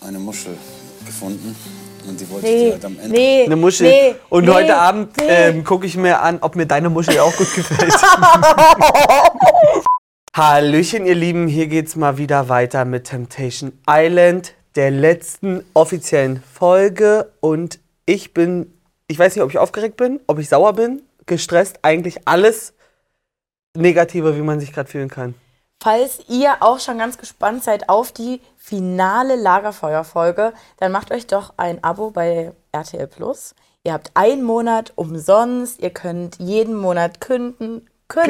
eine Muschel gefunden. Und die wollte ich halt am Ende. Eine Muschel. Und heute Abend gucke ich mir an, ob mir deine Muschel auch gut gefällt. Hallöchen, ihr Lieben. Hier geht's mal wieder weiter mit Temptation Island, der letzten offiziellen Folge. Und ich weiß nicht, ob ich aufgeregt bin, ob ich sauer bin, gestresst. Eigentlich alles Negative, wie man sich gerade fühlen kann. Falls ihr auch schon ganz gespannt seid auf die finale Lagerfeuer-Folge, dann macht euch doch ein Abo bei RTL Plus. Ihr habt 1 Monat umsonst. Ihr könnt jeden Monat kündigen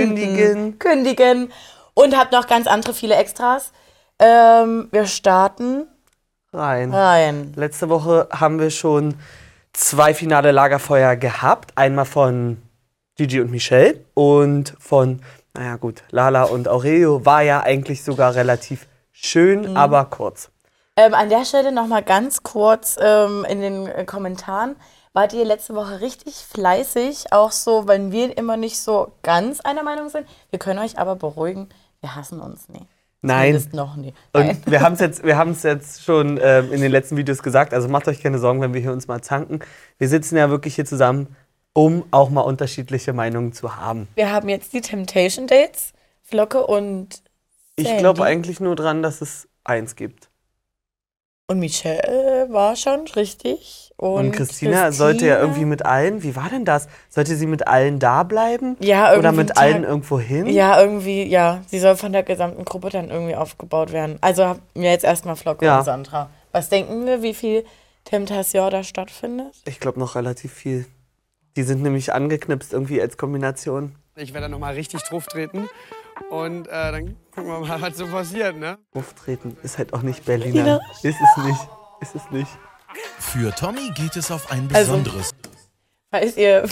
und habt noch ganz andere viele Extras. Wir starten rein. Letzte Woche haben wir schon 2 finale Lagerfeuer gehabt. Einmal von Gigi und Michelle und von, naja gut, Lala und Aurelio war ja eigentlich sogar relativ schön, aber kurz. An der Stelle nochmal ganz kurz in den Kommentaren. Wart ihr letzte Woche richtig fleißig? Auch so, wenn wir immer nicht so ganz einer Meinung sind. Wir können euch aber beruhigen, wir hassen uns nie. Nein. Zumindest noch nie. Und wir haben es jetzt schon in den letzten Videos gesagt, also macht euch keine Sorgen, wenn wir hier uns mal zanken. Wir sitzen ja wirklich hier zusammen, um auch mal unterschiedliche Meinungen zu haben. Wir haben jetzt die Temptation Dates, Flocke und Sandy. Ich glaube eigentlich nur dran, dass es 1 gibt. Und Michelle war schon richtig. Und Christina sollte ja irgendwie mit allen, wie war denn das? Sollte sie mit allen da bleiben? Ja, irgendwie. Oder mit allen irgendwo hin? Ja, irgendwie, ja. Sie soll von der gesamten Gruppe dann irgendwie aufgebaut werden. Also haben wir jetzt erstmal Flocke und Sandra. Was denken wir, wie viel Temptation da stattfindet? Ich glaube noch relativ viel. Die sind nämlich angeknipst irgendwie als Kombination. Ich werde da nochmal richtig drauf treten und dann gucken wir mal, was so passiert, ne? Drauftreten ist halt auch nicht Berliner. Ist es nicht. Für Tommy geht es auf ein besonderes... Falls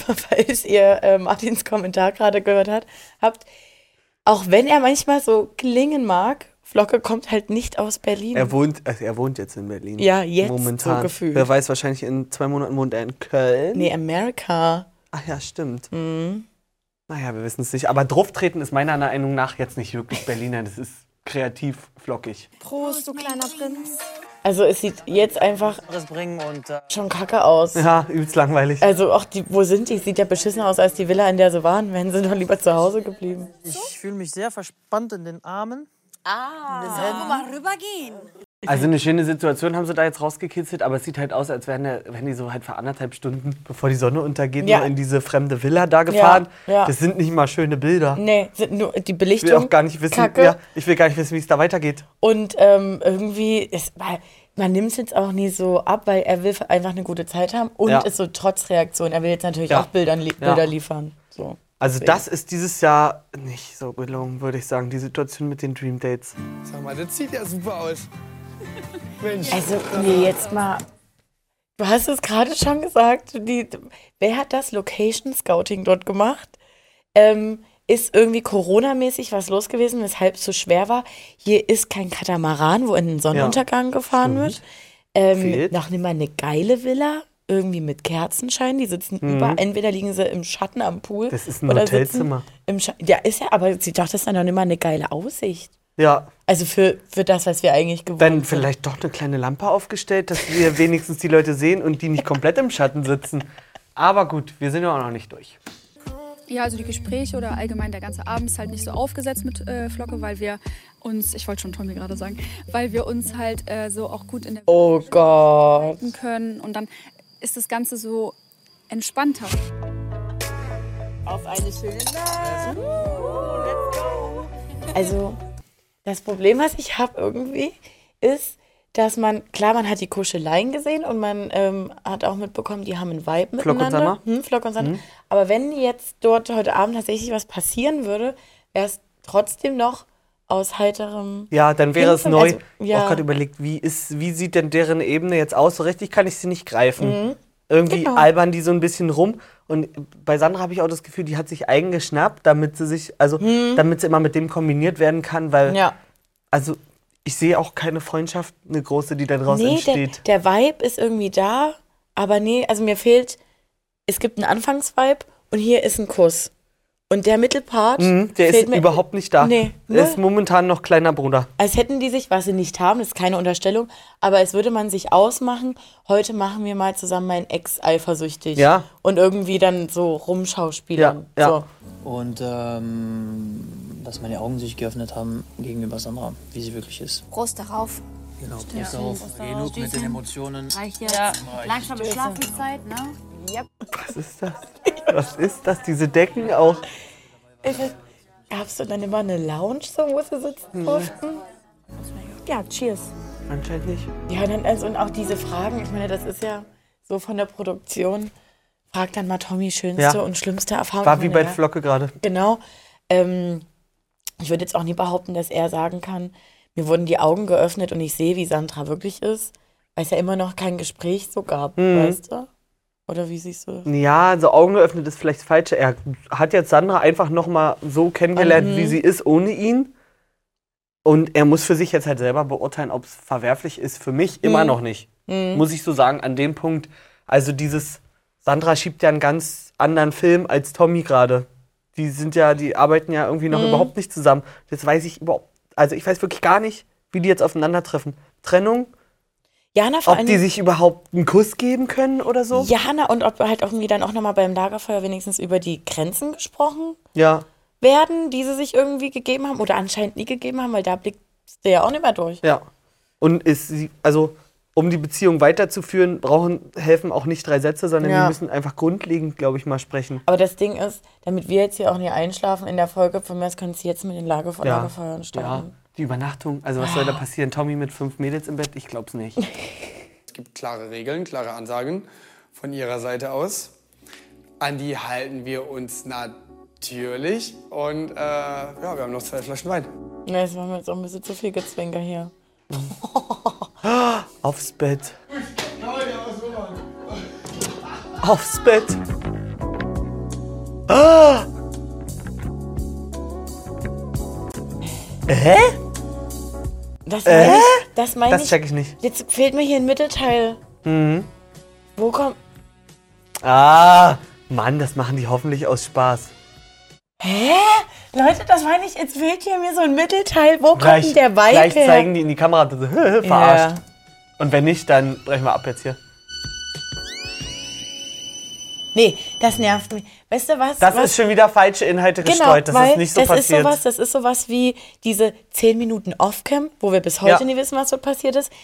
ihr Martins Kommentar gerade gehört habt, auch wenn er manchmal so klingen mag, Flocke kommt halt nicht aus Berlin. Er wohnt jetzt in Berlin. Ja, jetzt momentan. So gefühlt. Wer weiß, wahrscheinlich in 2 Monaten wohnt er in Köln. Nee, Amerika. Ach ja, stimmt. Naja, wir wissen es nicht. Aber drauftreten ist meiner Meinung nach jetzt nicht wirklich Berliner. Das ist kreativ, flockig. Prost, du kleiner Prinz. Also es sieht jetzt einfach schon kacke aus. Ja, übelst langweilig. Also auch wo sind die? Sieht ja beschissener aus als die Villa, in der sie waren. Wären sie doch lieber zu Hause geblieben. Ich fühle mich sehr verspannt in den Armen. Sollen wir mal rübergehen? Also eine schöne Situation haben sie da jetzt rausgekitzelt, aber es sieht halt aus, als wären die so halt für 1,5 Stunden, bevor die Sonne untergeht, nur in diese fremde Villa da gefahren. Ja. Das sind nicht mal schöne Bilder. Nee, sind nur die Belichtung. Ich will auch gar nicht wissen, wie es da weitergeht. Und irgendwie, man nimmt es jetzt auch nie so ab, weil er will einfach eine gute Zeit haben und ist so trotz Reaktion. Er will jetzt natürlich auch Bilder liefern. So. Also das ist dieses Jahr nicht so gelungen, würde ich sagen, die Situation mit den Dream Dates. Sag mal, das sieht ja super aus. Mensch. Also, jetzt mal. Du hast es gerade schon gesagt. Wer hat das Location Scouting dort gemacht? Ist irgendwie Corona-mäßig was los gewesen, weshalb es so schwer war. Hier ist kein Katamaran, wo in den Sonnenuntergang gefahren wird. Noch nicht mal eine geile Villa. Irgendwie mit Kerzenschein, die sitzen entweder liegen sie im Schatten am Pool. Das ist ein Hotelzimmer. Ja, ist ja, aber sie dachte, das ist dann noch nicht mal eine geile Aussicht. Ja. Also für das, was wir eigentlich gewohnt sind. Dann vielleicht doch eine kleine Lampe aufgestellt, dass wir wenigstens die Leute sehen und die nicht komplett im Schatten sitzen. Aber gut, wir sind ja auch noch nicht durch. Ja, also die Gespräche oder allgemein der ganze Abend ist halt nicht so aufgesetzt mit Flocke, weil wir uns, ich wollte schon Tommy gerade sagen, weil wir uns halt so auch gut in der halten können und dann ist das Ganze so entspannter. Auf eine schöne Nacht. Let's go. Also das Problem, was ich habe irgendwie, ist, dass man hat die Kuscheleien gesehen und man hat auch mitbekommen, die haben einen Vibe miteinander. Flock und Sandra. Aber wenn jetzt dort heute Abend tatsächlich was passieren würde, wäre es trotzdem noch aus heiterem... Ja, dann wäre es neu. Also, ich habe gerade überlegt, wie sieht denn deren Ebene jetzt aus? So richtig kann ich sie nicht greifen. Irgendwie albern die so ein bisschen rum. Und bei Sandra habe ich auch das Gefühl, die hat sich eingeschnappt, damit sie damit sie immer mit dem kombiniert werden kann, weil... Also ich sehe auch keine Freundschaft, eine große, die da draus entsteht. Der Vibe ist irgendwie da, aber also mir fehlt, es gibt einen Anfangsvibe und hier ist ein Kuss. Und der Mittelpart, der ist überhaupt nicht da. Nee, er ist momentan noch kleiner Bruder. Als hätten die sich, was sie nicht haben, das ist keine Unterstellung, aber als würde man sich ausmachen, heute machen wir mal zusammen meinen Ex eifersüchtig. Ja. Und irgendwie dann so rumschauspielern. Ja. So. Und dass meine Augen sich geöffnet haben gegenüber Sandra, wie sie wirklich ist. Prost darauf. Genau, Prost darauf. Genug mit den Emotionen. Reicht jetzt. Langsam Schlafenszeit, ne? Yep. Was ist das? Was ist das? Diese Decken auch. Gab's du dann immer eine Lounge, so, wo sie sitzen durften? Ja, cheers. Anscheinend nicht. Ja, dann, also, und auch diese Fragen, ich meine, das ist ja so von der Produktion. Frag dann mal Tommy schönste und schlimmste Erfahrung. War wie bei Flocke gerade. Genau. Ich würde jetzt auch nie behaupten, dass er sagen kann, mir wurden die Augen geöffnet und ich sehe, wie Sandra wirklich ist, weil es ja immer noch kein Gespräch so gab, weißt du? Oder wie siehst du das? Ja, so Augen geöffnet ist vielleicht das Falsche. Er hat jetzt Sandra einfach nochmal so kennengelernt, wie sie ist, ohne ihn. Und er muss für sich jetzt halt selber beurteilen, ob es verwerflich ist. Für mich immer noch nicht. Muss ich so sagen, an dem Punkt. Also Sandra schiebt ja einen ganz anderen Film als Tommy gerade. Die arbeiten ja irgendwie noch überhaupt nicht zusammen. Das weiß ich überhaupt. Also ich weiß wirklich gar nicht, wie die jetzt aufeinandertreffen. Trennung? Ja, na, vor ob allem, die sich überhaupt einen Kuss geben können oder so? Ja, na, und ob halt irgendwie dann auch nochmal beim Lagerfeuer wenigstens über die Grenzen gesprochen werden, die sie sich irgendwie gegeben haben oder anscheinend nie gegeben haben, weil da blickt du ja auch nicht mehr durch. Ja. Und um die Beziehung weiterzuführen, helfen auch nicht 3 Sätze, sondern die müssen einfach grundlegend, glaube ich, mal sprechen. Aber das Ding ist, damit wir jetzt hier auch nie einschlafen in der Folge, von mir aus kannst du jetzt mit den Lagerfeuern starten. Ja, die Übernachtung. Also was soll da passieren? Tommy mit 5 Mädels im Bett? Ich glaub's nicht. Es gibt klare Regeln, klare Ansagen von ihrer Seite aus. An die halten wir uns natürlich. Und wir haben noch 2 Flaschen Wein. Ne, es war mir jetzt auch ein bisschen zu viel Gezwinker hier. Aufs Bett. Aufs Bett. Ah! Das meine ich. Das check ich nicht. Jetzt fehlt mir hier ein Mittelteil. Wo kommt... Mann, das machen die hoffentlich aus Spaß. Hä? Leute, das meine ich, jetzt fehlt hier mir so ein Mittelteil. Wo kommt denn der Vibe her? Gleich zeigen die in die Kamera, so, verarscht. Und wenn nicht, dann brechen wir ab jetzt hier. Nee, das nervt mich. Weißt du was? Das ist schon wieder falsche Inhalte gestreut. Das ist nicht so passiert. Das ist sowas wie diese 10 Minuten Off-Cam, wo wir bis heute nie wissen, was dort passiert ist.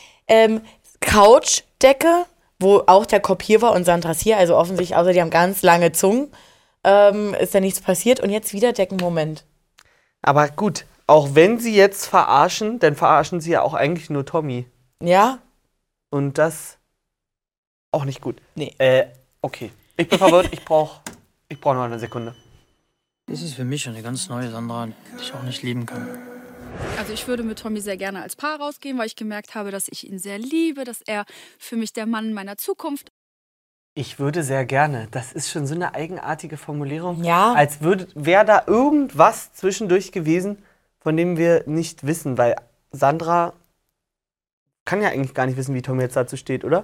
Couchdecke, wo auch der Kopf hier war und Sandras hier. Also offensichtlich, außer die haben ganz lange Zungen. Ist da nichts passiert. Und jetzt wieder Deckenmoment. Aber gut, auch wenn sie jetzt verarschen, dann verarschen sie ja auch eigentlich nur Tommy. Ja. Und das auch nicht gut. Nee. Okay. Ich bin verwirrt, ich brauch noch eine Sekunde. Das ist für mich eine ganz neue Sandra, die ich auch nicht lieben kann. Also ich würde mit Tommy sehr gerne als Paar rausgehen, weil ich gemerkt habe, dass ich ihn sehr liebe, dass er für mich der Mann meiner Zukunft ist. Ich würde sehr gerne. Das ist schon so eine eigenartige Formulierung. Ja. Als wäre da irgendwas zwischendurch gewesen, von dem wir nicht wissen. Weil Sandra kann ja eigentlich gar nicht wissen, wie Tommy jetzt dazu steht, oder?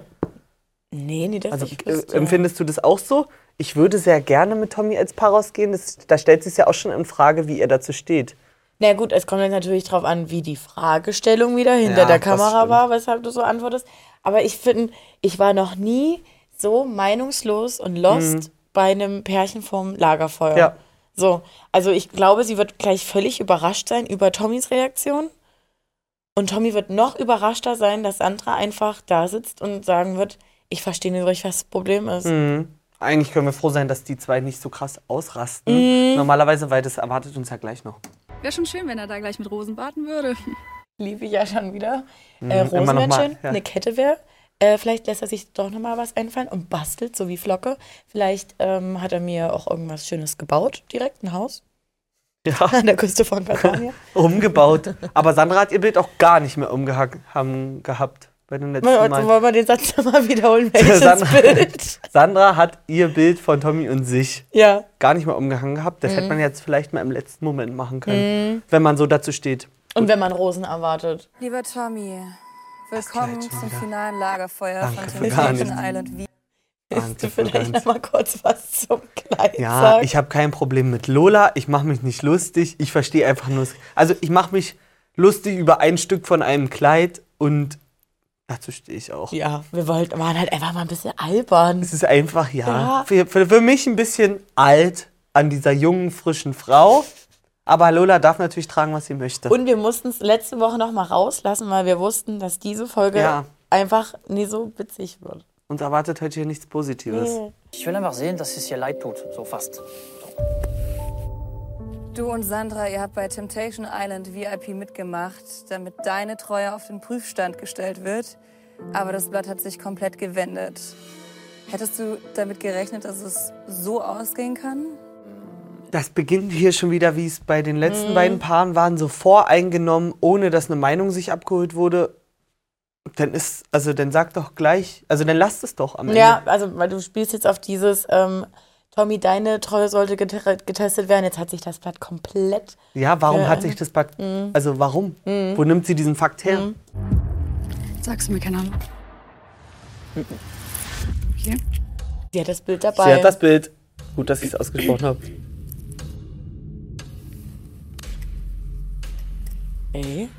Nee, das also, ich wüsste. Empfindest du das auch so? Ich würde sehr gerne mit Tommy als Paar rausgehen. Da stellt sich ja auch schon in Frage, wie er dazu steht. Na gut, es kommt jetzt natürlich drauf an, wie die Fragestellung wieder hinter der Kamera war, weshalb du so antwortest. Aber ich finde, ich war noch nie so meinungslos und lost bei einem Pärchen vom Lagerfeuer. Ja. So, also ich glaube, sie wird gleich völlig überrascht sein über Tommys Reaktion. Und Tommy wird noch überraschter sein, dass Sandra einfach da sitzt und sagen wird, ich verstehe nicht richtig, was das Problem ist. Eigentlich können wir froh sein, dass die 2 nicht so krass ausrasten. Normalerweise, weil das erwartet uns ja gleich noch. Wäre schon schön, wenn er da gleich mit Rosen baden würde. Liebe ich ja schon wieder. Immer Rosen noch wäre mal, schön, eine Kette wäre. Vielleicht lässt er sich doch nochmal was einfallen und bastelt, so wie Flocke. Vielleicht hat er mir auch irgendwas Schönes gebaut, direkt ein Haus. Ja. An der Küste von Catania. Umgebaut. Aber Sandra hat ihr Bild auch gar nicht mehr umgehangen gehabt bei den letzten Mal. Wollen wir den Satz nochmal wiederholen? Welches Bild? Sandra hat ihr Bild von Tommy und sich gar nicht mehr umgehangen gehabt. Das hätte man jetzt vielleicht mal im letzten Moment machen können, wenn man so dazu steht. Und wenn man Rosen erwartet. Lieber Tommy, willkommen zum finalen Lagerfeuer Danke von für gar Temptation nichts. Island. Willst du vielleicht noch mal kurz was zum Kleid Ja, sagen? ich habe kein Problem mit Lola. Ich mache mich nicht lustig. Ich verstehe einfach nur... Also ich mache mich lustig über ein Stück von einem Kleid und dazu stehe ich auch. Ja, waren halt einfach mal ein bisschen albern. Es ist einfach, für mich ein bisschen alt an dieser jungen, frischen Frau. Aber Lola darf natürlich tragen, was sie möchte. Und wir mussten es letzte Woche noch mal rauslassen, weil wir wussten, dass diese Folge einfach nie so witzig wird. Uns erwartet heute hier nichts Positives. Nee. Ich will einfach sehen, dass es hier leid tut. So fast. Du und Sandra, ihr habt bei Temptation Island VIP mitgemacht, damit deine Treue auf den Prüfstand gestellt wird. Aber das Blatt hat sich komplett gewendet. Hättest du damit gerechnet, dass es so ausgehen kann? Das beginnt hier schon wieder, wie es bei den letzten beiden Paaren waren, so voreingenommen, ohne dass eine Meinung sich abgeholt wurde. Dann sag doch gleich, dann lasst es doch am Ende. Ja, also weil du spielst jetzt auf dieses, Tommy, deine Treue sollte getestet werden. Jetzt hat sich das Blatt komplett... Ja, warum hat sich das Blatt... Also warum? Wo nimmt sie diesen Fakt her? Sagst du mir keine Ahnung. Okay. Sie hat das Bild dabei. Sie hat das Bild. Gut, dass ich es ausgesprochen habe. Ey.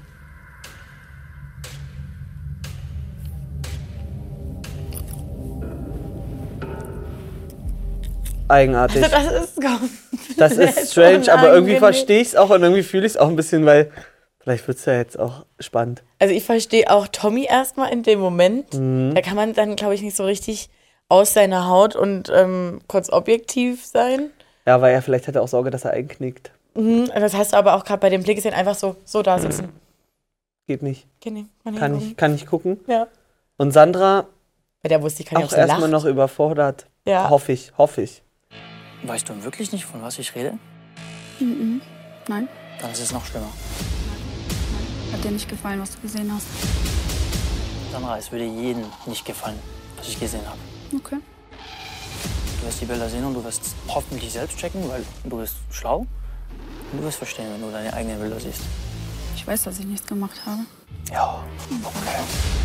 Eigenartig. Also Das ist strange, aber irgendwie verstehe ich es auch und irgendwie fühle ich es auch ein bisschen, weil vielleicht wird es ja jetzt auch spannend. Also ich verstehe auch Tommy erstmal in dem Moment. Da kann man dann, glaube ich, nicht so richtig aus seiner Haut und kurz objektiv sein. Ja, weil vielleicht hat er auch Sorge, dass er einknickt. Das hast du aber auch gerade bei dem Blick gesehen, einfach so da sitzen. Geht nicht. Okay, nee, Kann nicht gucken. Ja. Und Sandra Bei der wusste ich, kann ich auch erstmal noch überfordert. Ja. Hoffe ich. Weißt du wirklich nicht, von was ich rede? Nein. Dann ist es noch schlimmer. Hat dir nicht gefallen, was du gesehen hast? Sandra, es würde jedem nicht gefallen, was ich gesehen habe. Okay. Du wirst die Bilder sehen und du wirst hoffentlich selbst checken, weil du bist schlau. Und du wirst verstehen, wenn du deine eigenen Bilder siehst. Ich weiß, dass ich nichts gemacht habe. Ja, okay.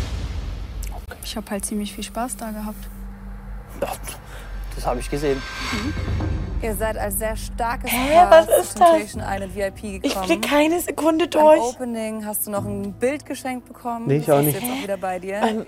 Ich habe halt ziemlich viel Spaß da gehabt. Ja, das habe ich gesehen. Ihr seid als sehr starkes was ist zu Temptation Island VIP gekommen. Ich blick keine Sekunde Beim durch. Opening hast du noch ein Bild geschenkt bekommen. Nee, ich auch Das nicht. ist jetzt auch wieder bei dir.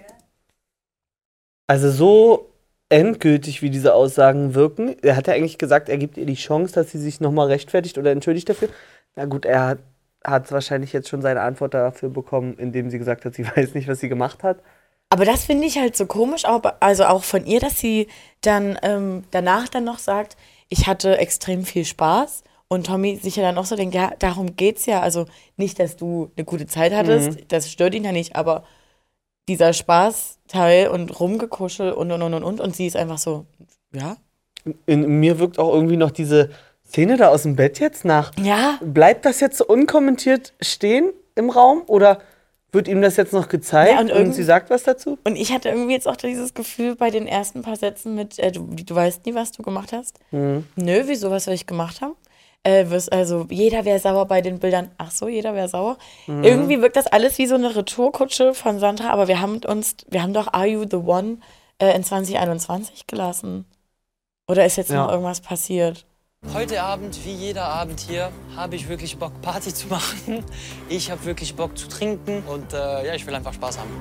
Also so endgültig, wie diese Aussagen wirken. Er hat ja eigentlich gesagt, er gibt ihr die Chance, dass sie sich nochmal rechtfertigt oder entschuldigt dafür. Na gut, er hat wahrscheinlich jetzt schon seine Antwort dafür bekommen, indem sie gesagt hat, sie weiß nicht, was sie gemacht hat. Aber das finde ich halt so komisch, also auch von ihr, dass sie dann danach dann noch sagt, ich hatte extrem viel Spaß. Und Tommy sich ja dann auch so denkt, ja, darum geht's ja. Also nicht, dass du eine gute Zeit hattest, das stört ihn ja nicht, aber dieser Spaßteil und Rumgekuschel und sie ist einfach so, ja. In mir wirkt auch irgendwie noch diese Szene da aus dem Bett jetzt nach. Ja. Bleibt das jetzt so unkommentiert stehen im Raum oder wird ihm das jetzt noch gezeigt Ja, und sie sagt was dazu? Und ich hatte irgendwie jetzt auch dieses Gefühl bei den ersten paar Sätzen mit, du weißt nie, was du gemacht hast. Nö, wieso, was soll ich gemacht haben? Also jeder wäre sauer bei den Bildern. Ach so, jeder wäre sauer. Irgendwie wirkt das alles wie so eine Retourkutsche von Sandra, aber wir haben doch Are You the One in 2021 gelassen. Oder ist jetzt noch irgendwas passiert? Heute Abend, wie jeder Abend hier, habe ich wirklich Bock, Party zu machen. Ich habe wirklich Bock zu trinken und ja, ich will einfach Spaß haben.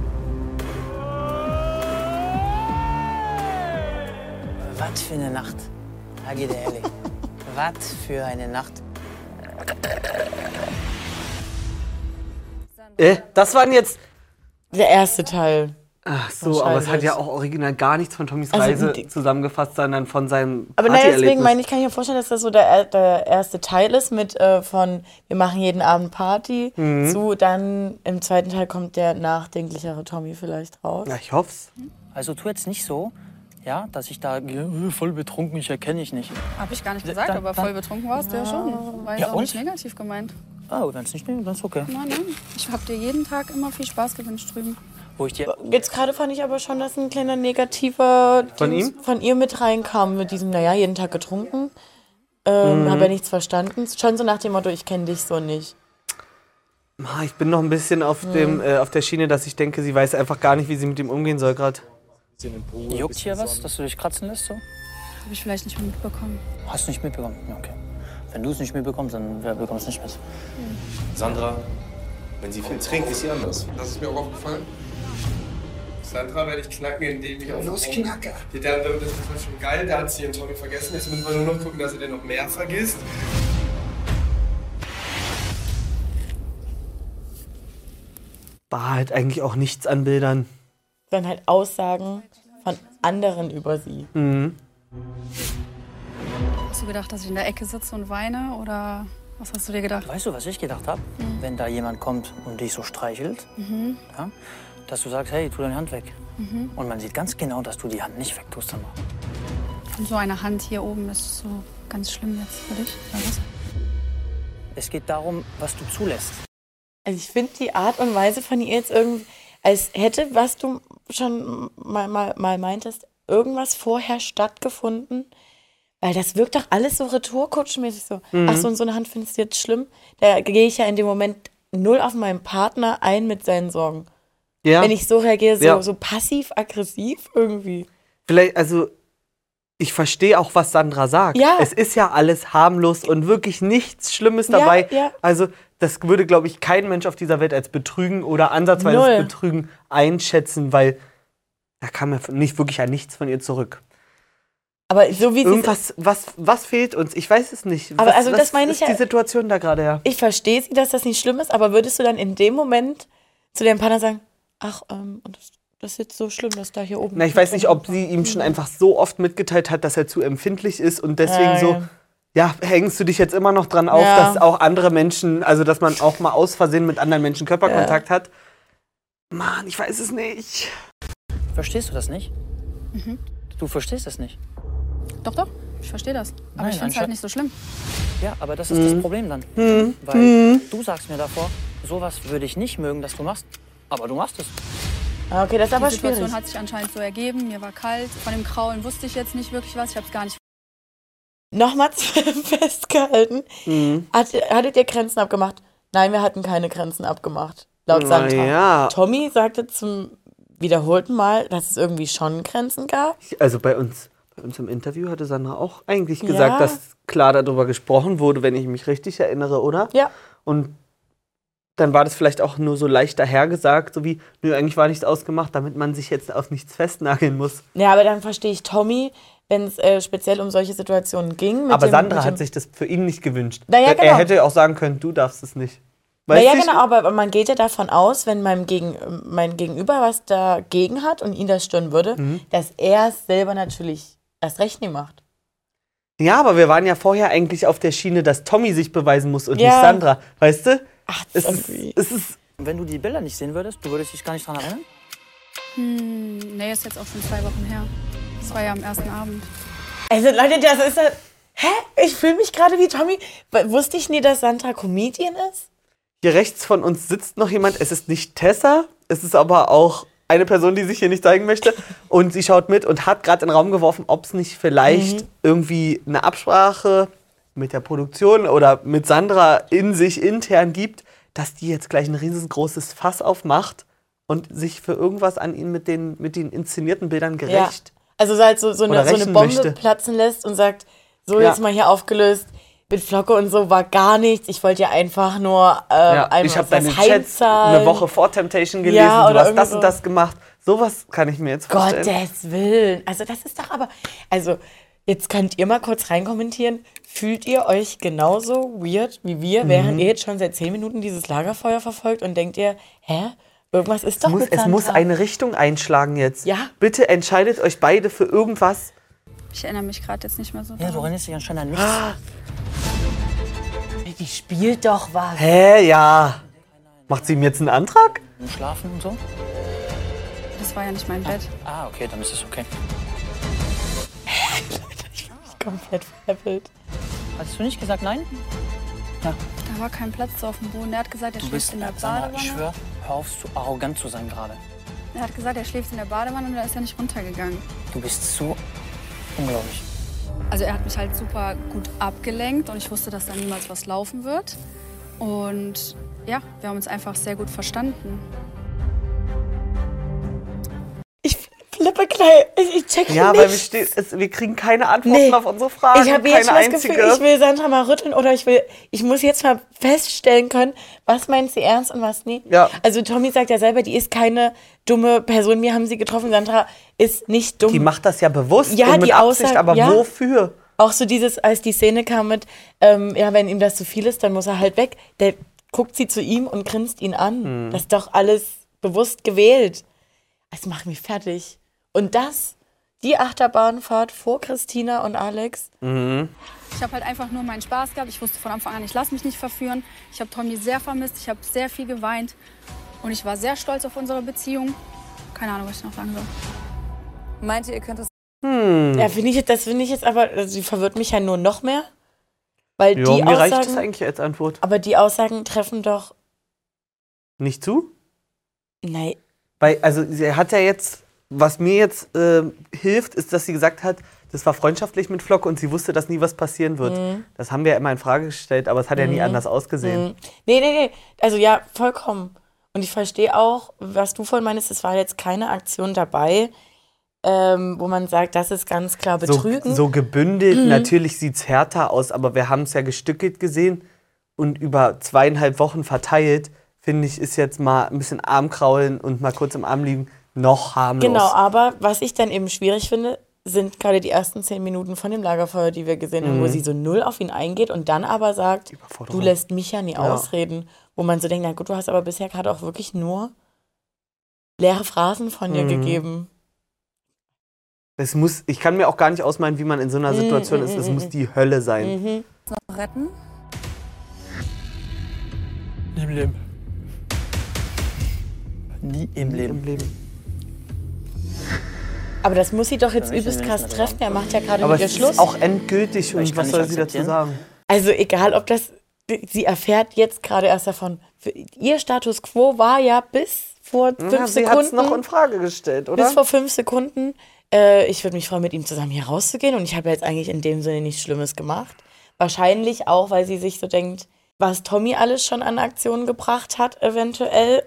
Was für eine Nacht. Da geht er ehrlich. Was für eine Nacht. Das waren jetzt... Der erste Teil. Ach so, aber es hat ja auch original gar nichts von Tommys Also, Reise zusammengefasst, sondern von seinem Aber nein, Partyerlebnis. deswegen meine ich, kann ich mir vorstellen, dass das so der erste Teil ist mit von wir machen jeden Abend Party zu dann im zweiten Teil kommt der nachdenklichere Tommy vielleicht raus. Ja, ich hoff's. Also tu jetzt nicht so, ja, dass ich da voll betrunken, ich erkenne ich nicht. Hab ich gar nicht gesagt, aber voll betrunken warst du ja schon. War jetzt auch nicht negativ gemeint. Oh, wenn es nicht nimmt, dann ist okay. Nein. Ich hab dir jeden Tag immer viel Spaß gewünscht drüben. Wo ich dir Jetzt gerade fand ich aber schon, dass ein kleiner negativer von ihr mit reinkam, mit diesem, naja, jeden Tag getrunken. Habe ja nichts verstanden. Schon so nach dem Motto, ich kenne dich so nicht. Ich bin noch ein bisschen auf der Schiene, dass ich denke, sie weiß einfach gar nicht, wie sie mit ihm umgehen soll gerade. Juckt hier was, dass du dich kratzen lässt so? Habe ich vielleicht nicht mitbekommen. Hast du nicht mitbekommen? Ja, okay. Wenn du es nicht mitbekommst, dann wer bekommt es nicht mit? Sandra, wenn sie viel trinkt, ist sie anders. Das ist mir auch aufgefallen. Sandra werde ich knacken, indem ich auf... Los, Knacker! Das war schon geil, da hat sie ihren Tommy vergessen. Jetzt müssen wir nur noch gucken, dass sie den noch mehr vergisst. War halt eigentlich auch nichts an Bildern. Dann halt Aussagen von anderen über sie. Mhm. Hast du gedacht, dass ich in der Ecke sitze und weine? Oder was hast du dir gedacht? Weißt du, was ich gedacht habe? Wenn da jemand kommt und dich so streichelt, ja, dass du sagst, hey, tu deine Hand weg. Und man sieht ganz genau, dass du die Hand nicht wegtust. Dann mal. Und so eine Hand hier oben ist so ganz schlimm jetzt für dich, oder was? Es geht darum, was du zulässt. Also ich finde die Art und Weise von ihr jetzt irgendwie, als hätte, was du schon mal meintest, irgendwas vorher stattgefunden. Weil das wirkt doch alles so retourkutschmäßig so. Ach so, und so eine Hand findest du jetzt schlimm? Da gehe ich ja in dem Moment null auf meinen Partner ein mit seinen Sorgen. Ja. Wenn ich so reagiere, so passiv-aggressiv irgendwie. Vielleicht, also ich verstehe auch, was Sandra sagt. Ja. Es ist ja alles harmlos und wirklich nichts Schlimmes dabei. Ja. Also das würde, glaube ich, kein Mensch auf dieser Welt als Betrügen oder ansatzweise als Betrügen einschätzen, weil da kam ja nicht wirklich ja nichts von ihr zurück. Aber so wie irgendwas, was fehlt uns? Ich weiß es nicht. Aber also das meine ich ja. Was ist die Situation da gerade, ja? Ich verstehe sie, dass das nicht schlimm ist, aber würdest du dann in dem Moment zu deinem Partner sagen, ach, das ist jetzt so schlimm, dass da hier oben... Na, ich weiß nicht, ob sie ihm schon einfach so oft mitgeteilt hat, dass er zu empfindlich ist und deswegen hängst du dich jetzt immer noch dran auf, dass auch andere Menschen, also dass man auch mal aus Versehen mit anderen Menschen Körperkontakt hat. Mann, ich weiß es nicht. Verstehst du das nicht? Du verstehst es nicht. Doch, ich verstehe das. Aber ich finde es halt nicht so schlimm. Ja, aber das ist das Problem dann. Weil du sagst mir davor, sowas würde ich nicht mögen, dass du machst. Aber du machst es. Okay, das ist aber Die Situation schwierig. hat sich anscheinend so ergeben. Mir war kalt. Von dem Kraulen wusste ich jetzt nicht wirklich was. Ich habe es gar nicht... Nochmals festgehalten. Hattet ihr Grenzen abgemacht? Nein, wir hatten keine Grenzen abgemacht. Laut Sandra. Ja. Tommy sagte zum wiederholten Mal, dass es irgendwie schon Grenzen gab. Also bei uns im Interview hatte Sandra auch eigentlich gesagt, dass klar darüber gesprochen wurde, wenn ich mich richtig erinnere, oder? Ja. Und dann war das vielleicht auch nur so leicht dahergesagt, so wie, nö, eigentlich war nichts ausgemacht, damit man sich jetzt auf nichts festnageln muss. Ja, aber dann verstehe ich Tommy, wenn es speziell um solche Situationen ging. Aber Sandra hat sich das für ihn nicht gewünscht. Naja, genau. Er hätte auch sagen können, du darfst es nicht. Naja, genau, aber man geht ja davon aus, wenn mein Gegenüber was dagegen hat und ihn das stören würde, dass er es selber natürlich erst recht nicht macht. Ja, aber wir waren ja vorher eigentlich auf der Schiene, dass Tommy sich beweisen muss und nicht Sandra. Weißt du? Ach, es ist wenn du die Bilder nicht sehen würdest, du würdest dich gar nicht dran erinnern? Nee, ist jetzt auch schon 2 Wochen her. Das war ja am ersten Abend. Also Leute, das ist halt... Hä? Ich fühle mich gerade wie Tommy. Wusste ich nie, dass Sandra Comedian ist? Hier rechts von uns sitzt noch jemand. Es ist nicht Tessa, es ist aber auch eine Person, die sich hier nicht zeigen möchte. Und sie schaut mit und hat gerade in den Raum geworfen, ob es nicht vielleicht irgendwie eine Absprache mit der Produktion oder mit Sandra in sich intern gibt, dass die jetzt gleich ein riesengroßes Fass aufmacht und sich für irgendwas an ihn mit den inszenierten Bildern gerecht. Ja. Also halt so eine Bombe platzen lässt und sagt, so jetzt mal hier aufgelöst, mit Flocke und so war gar nichts. Ich wollte ja einfach nur ich habe deine Chats eine Woche vor Temptation gelesen, du hast das und das gemacht. Sowas kann ich mir jetzt vorstellen. Gottes Willen. Also das ist doch aber... Also jetzt könnt ihr mal kurz reinkommentieren. Fühlt ihr euch genauso weird wie wir, während ihr jetzt schon seit 10 Minuten dieses Lagerfeuer verfolgt und denkt ihr, irgendwas ist doch mit Sandra. Es muss eine Richtung einschlagen jetzt. Ja. Bitte entscheidet euch beide für irgendwas. Ich erinnere mich gerade jetzt nicht mehr so. Ja, du erinnerst dich anscheinend an nichts. Die spielt doch was. Hä, ja. Macht sie ihm jetzt einen Antrag? Schlafen und so? Das war ja nicht mein Bett. Ah, okay, dann ist es okay. Ich bin komplett veräppelt. Hattest du nicht gesagt nein? Ja. Da war kein Platz so auf dem Boden. Er hat gesagt, er schläft in der Badewanne. Ich schwör, hör auf, so arrogant zu sein gerade. Er hat gesagt, er schläft in der Badewanne und da ist er nicht runtergegangen. Du bist so unglaublich. Also er hat mich halt super gut abgelenkt und ich wusste, dass da niemals was laufen wird. Und ja, wir haben uns einfach sehr gut verstanden. Ich Lippe knall. Ich check Ja, nicht. weil wir kriegen keine Antworten auf unsere Fragen. Ich habe jetzt schon das Gefühl, ich will Sandra mal rütteln oder ich muss jetzt mal feststellen können, was meint sie ernst und was nicht. Ja. Also Tommy sagt ja selber, die ist keine dumme Person. Wir haben sie getroffen. Sandra ist nicht dumm. Die macht das ja bewusst ja, und mit die Absicht, Aussage, aber ja. wofür? Auch so dieses, als die Szene kam mit, wenn ihm das zu viel ist, dann muss er halt weg. Der guckt sie zu ihm und grinst ihn an. Das ist doch alles bewusst gewählt. Das macht mich fertig. Und die Achterbahnfahrt vor Christina und Alex. Ich habe halt einfach nur meinen Spaß gehabt. Ich wusste von Anfang an, ich lasse mich nicht verführen. Ich habe Tommy sehr vermisst, ich habe sehr viel geweint. Und ich war sehr stolz auf unsere Beziehung. Keine Ahnung, was ich noch sagen soll. Meint ihr könnt es... Ja, das finde ich jetzt aber, also die verwirrt mich ja nur noch mehr. Weil Ja, die mir reicht Aussagen, das eigentlich als Antwort. aber die Aussagen treffen doch, Nicht zu? nein, Weil, also, sie hat ja jetzt, was mir jetzt hilft, ist, dass sie gesagt hat, das war freundschaftlich mit Flocke und sie wusste, dass nie was passieren wird. Das haben wir ja immer in Frage gestellt, aber es hat ja nie anders ausgesehen. Nee. Also ja, vollkommen. Und ich verstehe auch, was du vorhin meinst, es war jetzt keine Aktion dabei, wo man sagt, das ist ganz klar Betrügen. So gebündelt, natürlich sieht es härter aus, aber wir haben es ja gestückelt gesehen und über 2,5 Wochen verteilt, finde ich, ist jetzt mal ein bisschen Armkraulen und mal kurz im Arm liegen noch harmlos. Genau, aber was ich dann eben schwierig finde, sind gerade die ersten 10 Minuten von dem Lagerfeuer, die wir gesehen haben, wo sie so null auf ihn eingeht und dann aber sagt, du lässt mich ja nie ausreden. Wo man so denkt, na gut, du hast aber bisher gerade auch wirklich nur leere Phrasen von dir gegeben. Ich kann mir auch gar nicht ausmalen, wie man in so einer Situation ist. Es muss die Hölle sein. noch retten? Nie im Leben. Nie im Leben. Aber das muss sie doch jetzt übelst krass treffen. Er macht ja gerade Aber mit ihr es Schluss. ist auch endgültig und Ich kann was nicht soll sie dazu akzeptieren. sagen? Also egal, ob das... Sie erfährt jetzt gerade erst davon. Ihr Status Quo war ja bis vor 5 Ja, sie hat es Sekunden... noch in Frage gestellt, oder? Bis vor 5 Sekunden. Ich würde mich freuen, mit ihm zusammen hier rauszugehen. Und ich habe jetzt eigentlich in dem Sinne nichts Schlimmes gemacht. Wahrscheinlich auch, weil sie sich so denkt, was Tommy alles schon an Aktionen gebracht hat, eventuell.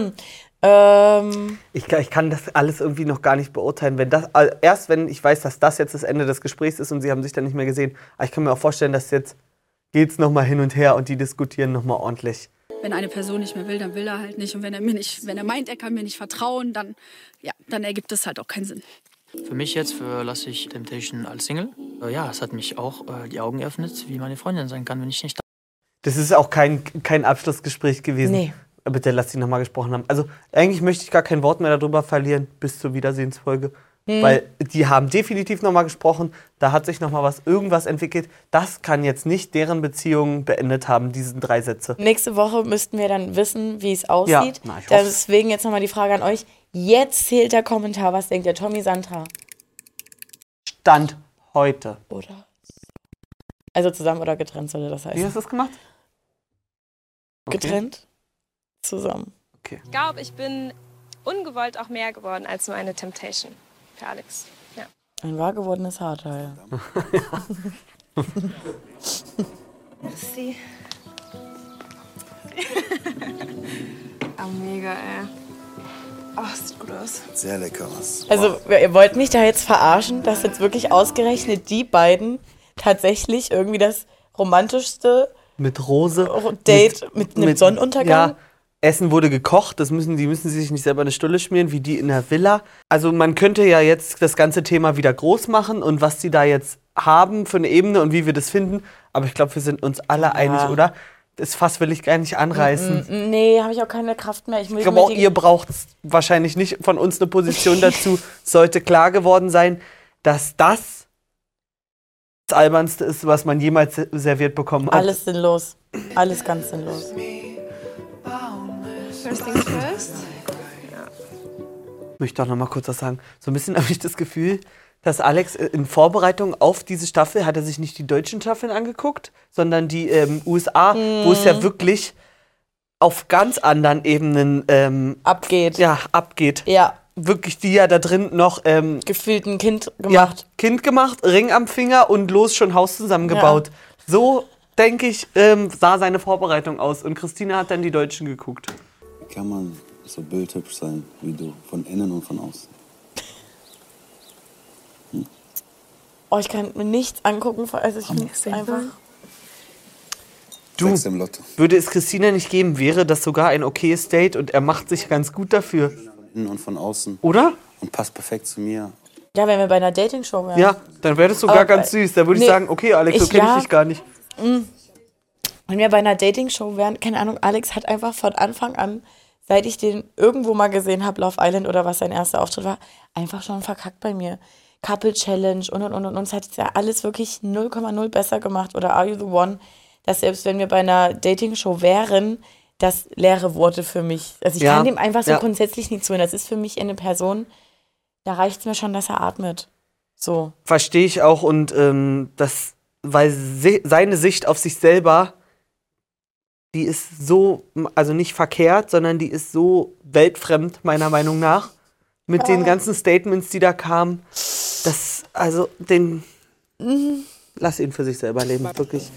Ich kann das alles irgendwie noch gar nicht beurteilen. Erst wenn ich weiß, dass das jetzt das Ende des Gesprächs ist und sie haben sich dann nicht mehr gesehen. Aber ich kann mir auch vorstellen, dass jetzt geht's noch mal hin und her und die diskutieren noch mal ordentlich. Wenn eine Person nicht mehr will, dann will er halt nicht. Und wenn er meint, er kann mir nicht vertrauen, dann ergibt es halt auch keinen Sinn. Für mich jetzt, für Lass ich Temptation als Single, ja, es hat mich auch die Augen geöffnet, wie meine Freundin sein kann, wenn ich nicht da Das ist auch kein Abschlussgespräch gewesen. Nee. Bitte lass sie noch mal gesprochen haben. Also eigentlich möchte ich gar kein Wort mehr darüber verlieren bis zur Wiedersehensfolge. Weil die haben definitiv noch mal gesprochen. Da hat sich noch mal irgendwas entwickelt. Das kann jetzt nicht deren Beziehung beendet haben, diese 3 Sätze. Nächste Woche müssten wir dann wissen, wie es aussieht. Ja, ich hoffe. Deswegen jetzt nochmal die Frage an euch. Jetzt zählt der Kommentar. Was denkt ihr, Tommy, Sandra? Stand heute. Oder? Also zusammen oder getrennt sollte das heißen? Wie hast du das gemacht? Okay. Getrennt? Zusammen. Okay. Ich glaube, ich bin ungewollt auch mehr geworden als nur eine Temptation für Alex. Ja. Ein wahr gewordenes Haarteil. Sie. Mega, ey. Ach, sieht gut aus. Sehr lecker was. Also, ihr wollt mich da jetzt verarschen, dass jetzt wirklich ausgerechnet die beiden tatsächlich irgendwie das romantischste Mit Rose. Date mit einem Sonnenuntergang? Ja, Essen wurde gekocht, die müssen sie sich nicht selber eine Stulle schmieren, wie die in der Villa. Also man könnte ja jetzt das ganze Thema wieder groß machen und was sie da jetzt haben für eine Ebene und wie wir das finden. Aber ich glaube, wir sind uns alle einig, oder? Das Fass will ich gar nicht anreißen. Nee, habe ich auch keine Kraft mehr. Ich glaube auch, ihr braucht wahrscheinlich nicht von uns eine Position dazu. Sollte klar geworden sein, dass das Albernste ist, was man jemals serviert bekommen hat. Alles sinnlos. Alles ganz sinnlos. First things first. Ich möchte auch noch mal kurz was sagen. So ein bisschen habe ich das Gefühl, dass Alex in Vorbereitung auf diese Staffel hat er sich nicht die deutschen Staffeln angeguckt, sondern die USA, wo es ja wirklich auf ganz anderen Ebenen abgeht. Ja, abgeht. Ja. Wirklich, die ja da drin noch gefühlt ein Kind gemacht. Ja, Kind gemacht, Ring am Finger und los schon Haus zusammengebaut. Ja. So, denke ich, sah seine Vorbereitung aus. Und Christina hat dann die Deutschen geguckt. Wie kann man so bildhübsch sein wie du, von innen und von außen? Oh, ich kann mir nichts angucken. Also ich finde es einfach... Du, würde es Christina nicht geben, wäre das sogar ein okayes Date und er macht sich ganz gut dafür. Und von außen. Oder? Und passt perfekt zu mir. Ja, wenn wir bei einer Dating-Show wären. Ja, dann wäre das sogar ganz süß. Da würde ich sagen, okay, Alex, so kenne ich dich gar nicht. Wenn wir bei einer Dating-Show wären, keine Ahnung, Alex hat einfach von Anfang an, seit ich den irgendwo mal gesehen habe, Love Island oder was sein erster Auftritt war, einfach schon verkackt bei mir. Couple Challenge und. Es hat ja alles wirklich 0,0 besser gemacht. Oder Are You The One? Dass selbst wenn wir bei einer Dating-Show wären, das leere Worte für mich. Also ich kann dem einfach so grundsätzlich nicht zuhören. Das ist für mich eine Person, da reicht es mir schon, dass er atmet. So. Verstehe ich auch und weil seine Sicht auf sich selber, die ist so, also nicht verkehrt, sondern die ist so weltfremd, meiner Meinung nach. Mit den ganzen Statements, die da kamen. Lass ihn für sich selber leben, wirklich.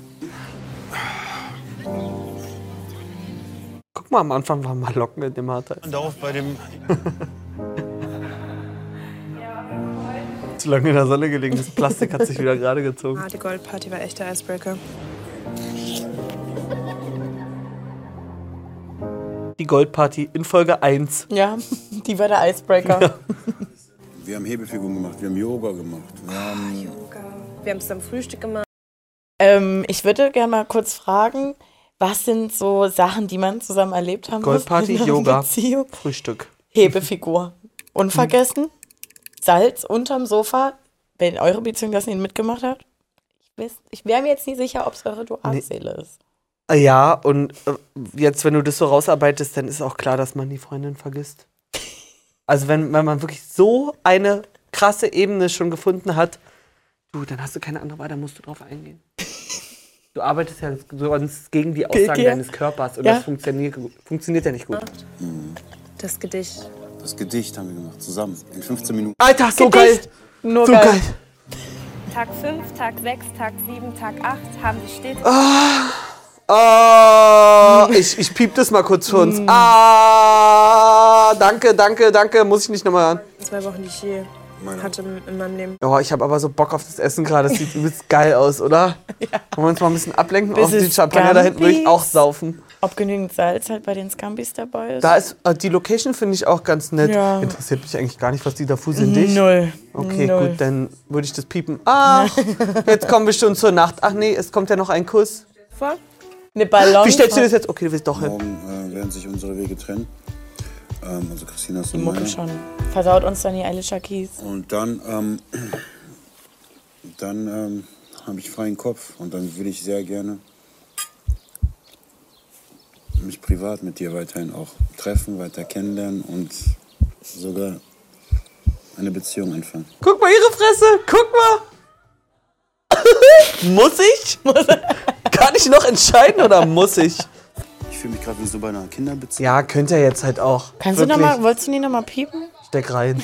Guck mal, am Anfang waren mal Locken in dem Harte. Und darauf bei dem... Zu lange in der Sonne gelegen, das Plastik hat sich wieder gerade gezogen. Die Goldparty war echt der Icebreaker. Die Goldparty in Folge 1. Ja, die war der Icebreaker. Ja. Wir haben Hebefiguren gemacht, wir haben Yoga gemacht. Wir haben zusammen Frühstück gemacht. Ich würde gerne mal kurz fragen, was sind so Sachen, die man zusammen erlebt haben Goldparty, muss? Yoga, Beziehung? Frühstück. Hebefigur. Unvergessen. Salz unterm Sofa. Wenn eure Beziehung das nicht mitgemacht hat. Ich wäre mir jetzt nicht sicher, ob es eure Dualseele ist. Ja, und jetzt, wenn du das so rausarbeitest, dann ist auch klar, dass man die Freundin vergisst. Also wenn man wirklich so eine krasse Ebene schon gefunden hat, dann hast du keine andere Wahl, dann musst du drauf eingehen. Du arbeitest ja sonst gegen die Aussagen deines Körpers und das funktioniert ja nicht gut. Das Gedicht. Das Gedicht haben wir gemacht, zusammen, in 15 Minuten. Alter, so Gedicht. geil! Nur so geil. Tag 5, Tag 6, Tag 7, Tag 8 haben sie stetig... Ich piep das mal kurz für uns. Danke. Muss ich nicht nochmal hören. 2 Wochen, die ich je hatte in meinem Leben. Oh, ich habe aber so Bock auf das Essen gerade. Das sieht übelst geil aus, oder? Ja. Wollen wir uns mal ein bisschen ablenken? Auf den Champagner da hinten würde ich auch saufen. Ob genügend Salz halt bei den Scampis dabei ist? Da ist die Location, finde ich auch ganz nett. Ja. Interessiert mich eigentlich gar nicht, was die da fuseln dich. Null. Okay, gut, dann würde ich das piepen. Jetzt kommen wir schon zur Nacht. Ach nee, es kommt ja noch ein Kuss. Voll? Eine Ballon. Wie stellst du das jetzt? Okay, du willst doch hin. Morgen werden sich unsere Wege trennen. Also Christina ist die Mucke schon. Versaut uns dann die Alicia Keys. Und dann habe ich freien Kopf. Und dann würde ich sehr gerne mich privat mit dir weiterhin auch treffen, weiter kennenlernen und sogar eine Beziehung anfangen. Guck mal ihre Fresse, guck mal. Muss ich? Kann ich noch entscheiden oder muss ich? Ich fühle mich gerade wie so bei einer Kinderbeziehung. Ja, könnt ihr jetzt halt auch. Wolltest du nie noch mal piepen? Steck rein.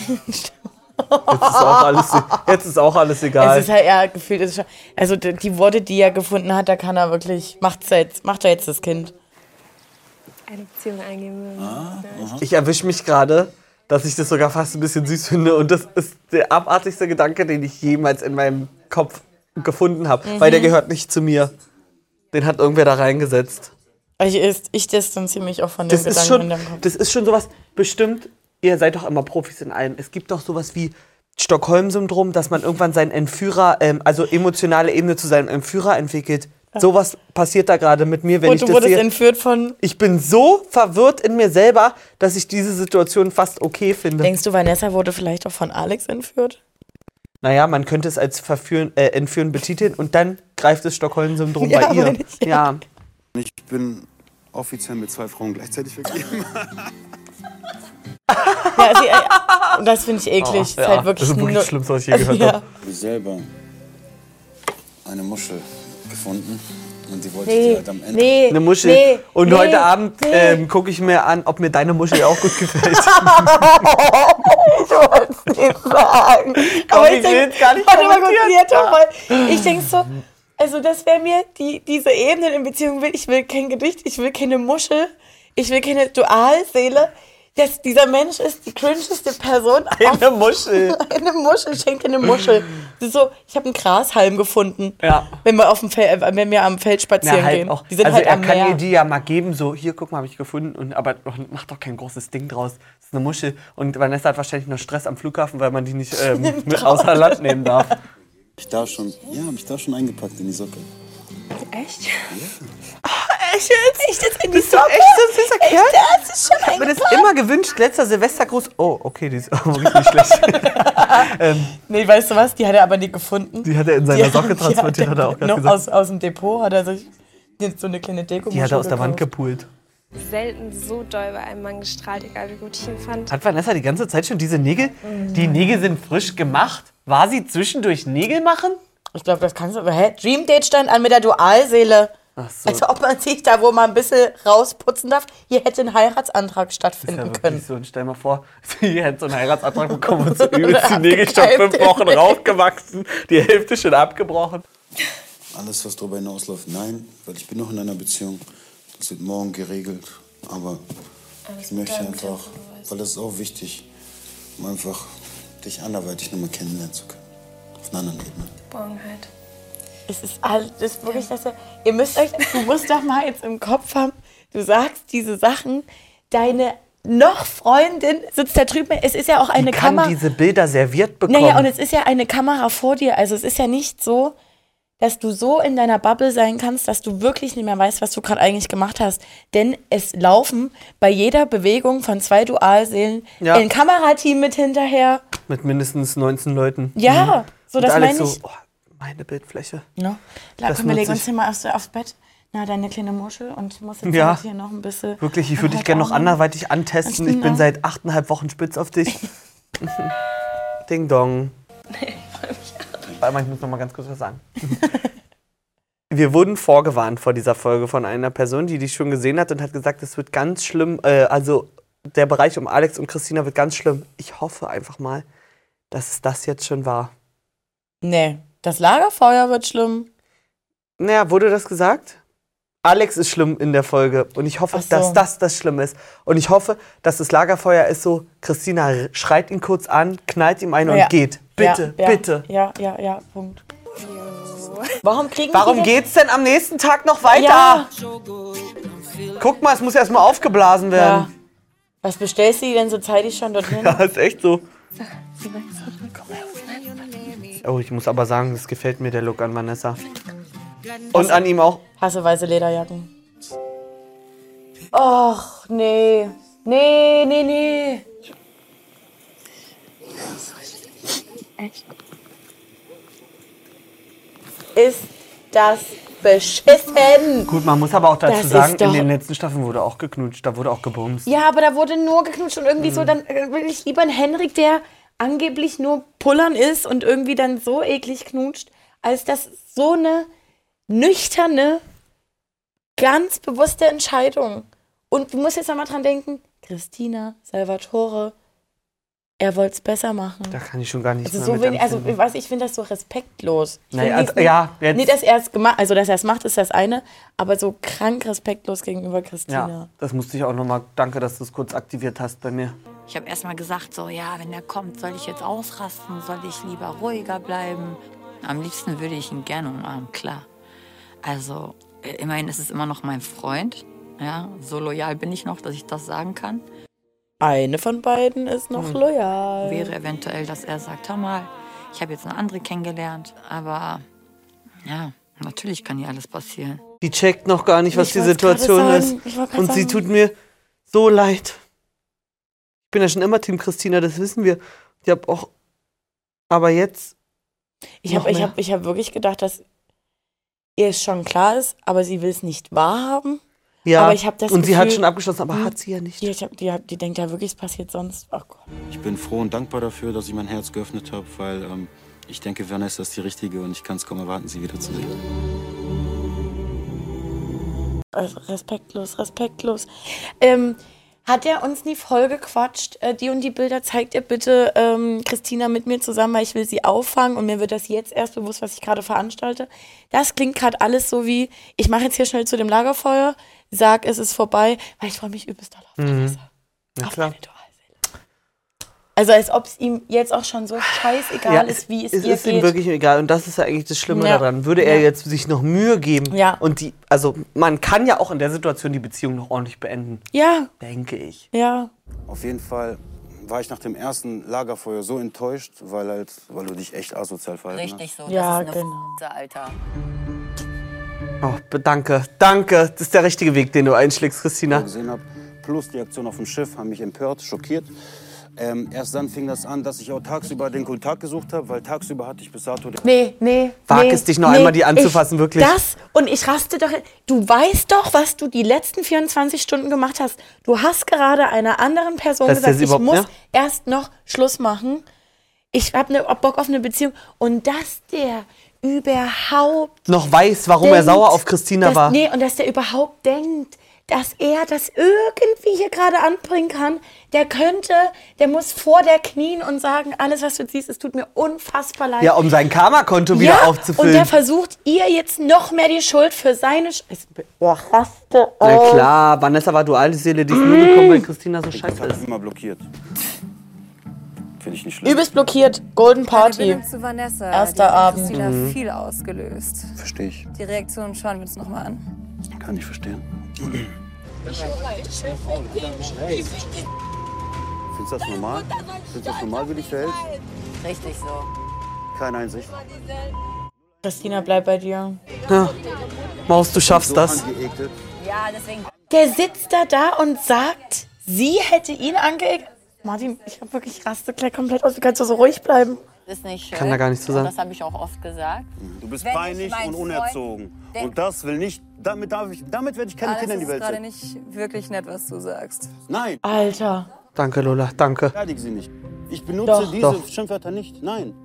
Jetzt ist auch alles egal. Es ist halt eher gefühlt, also die Worte, die er gefunden hat, da kann er wirklich, macht er jetzt das Kind. Eine Beziehung eingehen will. Ich erwische mich gerade, dass ich das sogar fast ein bisschen süß finde und das ist der abartigste Gedanke, den ich jemals in meinem Kopf gefunden habe, weil der gehört nicht zu mir. Den hat irgendwer da reingesetzt. Ich distanziere mich auch von dem Gedanken in deinem Kopf. Das ist schon sowas, bestimmt, ihr seid doch immer Profis in allem. Es gibt doch sowas wie Stockholm-Syndrom, dass man irgendwann seinen Entführer, also emotionale Ebene zu seinem Entführer entwickelt. Ja. Sowas passiert da gerade mit mir, wenn ich das sehe. Und du wurdest entführt von... Ich bin so verwirrt in mir selber, dass ich diese Situation fast okay finde. Denkst du, Vanessa wurde vielleicht auch von Alex entführt? Naja, man könnte es als Entführen betiteln und dann greift das Stockholm-Syndrom bei ihr. Ja. Ich bin offiziell mit 2 Frauen gleichzeitig vergeben. Das finde ich eklig. Das ist halt wirklich, das ist wirklich schlimm, was ich je gehört habe. Ich habe selber eine Muschel gefunden und die wollte ich halt am Ende. Eine Muschel. Und heute Abend gucke ich mir an, ob mir deine Muschel auch gut gefällt. Ich wollte es nicht sagen. Aber ich denke, ich denke so, also das wäre mir diese Ebenen in Beziehung, ich will kein Gedicht, ich will keine Muschel, ich will keine Dualseele. Dieser Mensch ist die cringeste Person. Eine Muschel. Eine Muschel, schenk dir eine Muschel. so, ich habe einen Grashalm gefunden. Ja. Wenn wir am Feld spazieren gehen. Auch. Die sind also halt er am kann Meer. ihr die ja mal geben, so, hier, guck mal, habe ich gefunden. Aber mach doch kein großes Ding draus. Das ist eine Muschel. Und Vanessa hat wahrscheinlich noch Stress am Flughafen, weil man die nicht mit außer Land nehmen darf. Hab ich da schon eingepackt in die Socke. Echt? Ja. Oh, echt jetzt in die Socke? Echt so ein süßer Kerl? Das ist schon ich habe mir das immer gewünscht. Letzter Silvestergruß. Oh, okay, die ist wirklich nicht schlecht. Nee, weißt du was? Die hat er aber nicht gefunden. Die hat er in seiner Socke transportiert, hat er auch gerade gesagt. Aus dem Depot hat er sich so eine kleine Deko. Die hat er aus der Wand gepult. Selten so doll bei einem Mann gestrahlt, egal wie gut ich ihn fand. Hat Vanessa die ganze Zeit schon diese Nägel? Die Nägel sind frisch gemacht. War sie zwischendurch Nägel machen? Ich glaube, das kannst du. Dream Date stand an mit der Dualseele. Ach so. Also ob man sich da, wo man ein bisschen rausputzen darf, hier hätte ein Heiratsantrag stattfinden können. So, und stell mal vor, sie hätte so einen Heiratsantrag bekommen und so übelst die Nägel schon 5 Wochen raufgewachsen, die Hälfte schon abgebrochen. Alles, was darüber hinausläuft, nein, weil ich bin noch in einer Beziehung. Das wird morgen geregelt. Aber ich möchte einfach, weil das ist auch wichtig, um einfach dich anderweitig nochmal kennenlernen zu können. Auf einer anderen Ebene. Geborgenheit. Es ist alles wirklich, dass ihr müsst euch, du musst doch mal jetzt im Kopf haben, du sagst diese Sachen, deine noch Freundin sitzt da drüben, es ist ja auch eine Kamera. Die kann diese Bilder serviert bekommen. Naja, und es ist ja eine Kamera vor dir, also es ist ja nicht so, dass du so in deiner Bubble sein kannst, dass du wirklich nicht mehr weißt, was du gerade eigentlich gemacht hast. Denn es laufen bei jeder Bewegung von 2 Dualseelen ein Kamerateam mit hinterher. Mit mindestens 19 Leuten. Ja, so das meine ich. So, oh, meine Bildfläche. No. Komm, wir legen uns hier mal aufs Bett. Na, deine kleine Muschel und ich muss jetzt hier noch ein bisschen... Wirklich, ich würde dich gerne noch anderweitig antesten. Ich bin seit 8,5 Wochen spitz auf dich. Ding dong. Nee, ich freue mich auch. Warte mal, ich muss noch mal ganz kurz was sagen. Wir wurden vorgewarnt vor dieser Folge von einer Person, die dich schon gesehen hat und hat gesagt, es wird ganz schlimm, also der Bereich um Alex und Christina wird ganz schlimm. Ich hoffe einfach mal, dass es das jetzt schon war. Nee, das Lagerfeuer wird schlimm. Naja, wurde das gesagt? Alex ist schlimm in der Folge und ich hoffe, dass das schlimm ist. Und ich hoffe, dass das Lagerfeuer ist so, Christina schreit ihn kurz an, knallt ihm ein und geht. Bitte, bitte. Ja, Punkt. Warum geht's denn am nächsten Tag noch weiter? Ja. Guck mal, es muss erst mal aufgeblasen werden. Ja. Was bestellst du denn so zeitig schon dorthin? Ja, ist echt so. Oh, ich muss aber sagen, es gefällt mir der Look an Vanessa. Und an ihm auch. Hasse weiße Lederjacken. Och, nee. Nee. Echt? Ist das beschissen. Gut, man muss aber auch dazu sagen, in den letzten Staffeln wurde auch geknutscht, da wurde auch gebumst. Ja, aber da wurde nur geknutscht und irgendwie so, dann will ich lieber einen Henrik, der angeblich nur pullern ist und irgendwie dann so eklig knutscht, als dass so eine nüchterne, ganz bewusste Entscheidung. Und du musst jetzt nochmal dran denken, Christina, Salvatore, er wollte es besser machen. Da kann ich schon gar nicht also mehr ich finde das so respektlos. Jetzt. Nicht, dass er es gemacht, also dass er es macht, ist das eine, aber so krank respektlos gegenüber Christina. Ja, das musste ich auch nochmal, danke, dass du es kurz aktiviert hast bei mir. Ich habe erst mal gesagt, so, ja, wenn er kommt, soll ich jetzt ausrasten, soll ich lieber ruhiger bleiben? Am liebsten würde ich ihn gerne umarmen, klar. Also, immerhin ist es immer noch mein Freund. Ja, so loyal bin ich noch, dass ich das sagen kann. Eine von beiden ist noch loyal. Wäre eventuell, dass er sagt, hör mal, ich habe jetzt eine andere kennengelernt. Aber ja, natürlich kann hier alles passieren. Die checkt noch gar nicht, was die Situation ist. Und sie tut mir so leid. Ich bin ja schon immer Team Christina, das wissen wir. Ich habe auch, aber jetzt. Ich hab wirklich gedacht, dass ihr es schon klar ist, aber sie will es nicht wahrhaben. Ja, aber ich habe das und Gefühl, sie hat schon abgeschlossen, aber hat sie ja nicht. Die denkt ja wirklich, es passiert sonst. Oh Gott. Ich bin froh und dankbar dafür, dass ich mein Herz geöffnet habe, weil ich denke, Vanessa ist die Richtige und ich kann es kaum erwarten, sie wiederzusehen. Respektlos. Hat er uns nie vollgequatscht? Die und die Bilder zeigt ihr bitte Christina mit mir zusammen, weil ich will sie auffangen und mir wird das jetzt erst bewusst, was ich gerade veranstalte. Das klingt gerade alles so wie, ich mache jetzt hier schnell zu dem Lagerfeuer, sag, es ist vorbei, weil ich freue mich übelst doll auf Vanessa. Ja, auf klar. meine Dualseele. Also als ob es ihm jetzt auch schon so scheißegal ist, wie es ihr geht. Es ist ihm wirklich egal. Und das ist ja eigentlich das Schlimme daran. Würde er jetzt sich noch Mühe geben und also man kann ja auch in der Situation die Beziehung noch ordentlich beenden. Ja. Denke ich. Ja. Auf jeden Fall war ich nach dem ersten Lagerfeuer so enttäuscht, weil du dich echt asozial verhalten hast. Richtig so, Ja, das ist eine Alter. Oh, danke. Das ist der richtige Weg, den du einschlägst, Christina. Gesehen habe, plus die Aktion auf dem Schiff haben mich empört, schockiert. Erst dann fing das an, dass ich auch tagsüber den Kontakt gesucht habe, weil tagsüber hatte ich bis dato... Wag es dich noch einmal, die anzufassen, wirklich. Und ich raste doch... Du weißt doch, was du die letzten 24 Stunden gemacht hast. Du hast gerade einer anderen Person gesagt, ich muss erst noch Schluss machen. Ich habe Bock auf eine Beziehung. Und dass der überhaupt... noch weiß, warum er sauer auf Christina war. Nee, und dass der überhaupt denkt, dass er das irgendwie hier gerade anbringen kann. Der muss vor der knien und sagen, alles, was du siehst, es tut mir unfassbar leid. Ja, um sein Karma-Konto wieder aufzufüllen. Und der versucht, ihr jetzt noch mehr die Schuld für seine... Raste auf. Na klar, Vanessa war Dualseele, die ist nur gekommen, weil Christina so scheiße ist. Immer blockiert. Finde ich nicht schlimm. Übelst blockiert, Golden Party. Deine Bindung zu Vanessa, Erster die hat Abend. Christina viel ausgelöst. Verstehe ich. Die Reaktion schauen wir uns nochmal an. Kann ich verstehen. Findest du das normal? Findest du das normal, wie dich verhältst? Richtig so. Keine Einsicht. Christina, bleib bei dir. Ja. Maus, du schaffst So das. angeekelt. Ja, deswegen. Der sitzt da und sagt, sie hätte ihn angeeckt. Martin, ich hab wirklich raste gleich komplett aus. Wie kannst du so ruhig bleiben? Ist nicht schön. Kann da gar nichts zu sagen. Das habe ich auch oft gesagt. Du bist Wenn ich peinlich meinen und unerzogen. Und das will nicht... Damit werde ich keine Kinder in die Welt Das ist setzen. gerade nicht wirklich nett, was du sagst. Nein. Alter. Danke, Lola, danke. Beleidige sie nicht. Ich benutze diese Schimpfwörter nicht. Nein.